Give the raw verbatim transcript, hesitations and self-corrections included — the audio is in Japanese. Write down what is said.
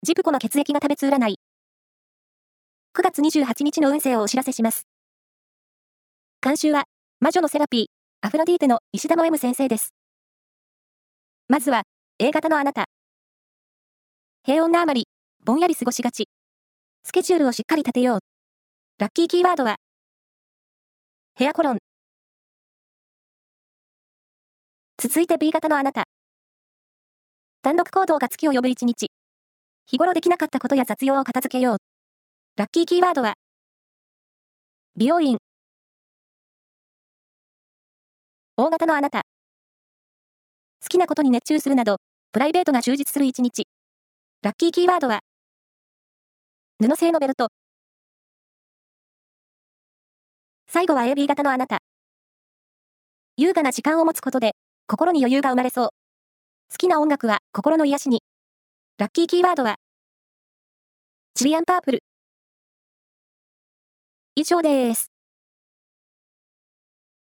ジプコの血液が食べつ占い。くがつにじゅうはちにちの運勢をお知らせします。監修は、魔女のセラピー、アフロディーテの石田の M 先生です。まずは、A 型のあなた。平穏なあまり、ぼんやり過ごしがち。スケジュールをしっかり立てよう。ラッキーキーワードは、ヘアコロン。続いて B 型のあなた。単独行動が月を呼ぶ一日。日頃できなかったことや雑用を片付けよう。ラッキーキーワードは、美容院。O 型のあなた。好きなことに熱中するなど、プライベートが充実する一日。ラッキーキーワードは、布製のベルト。最後は エービー 型のあなた。優雅な時間を持つことで、心に余裕が生まれそう。好きな音楽は心の癒しに。ラッキーキーワードは、チリアンパープル。以上です。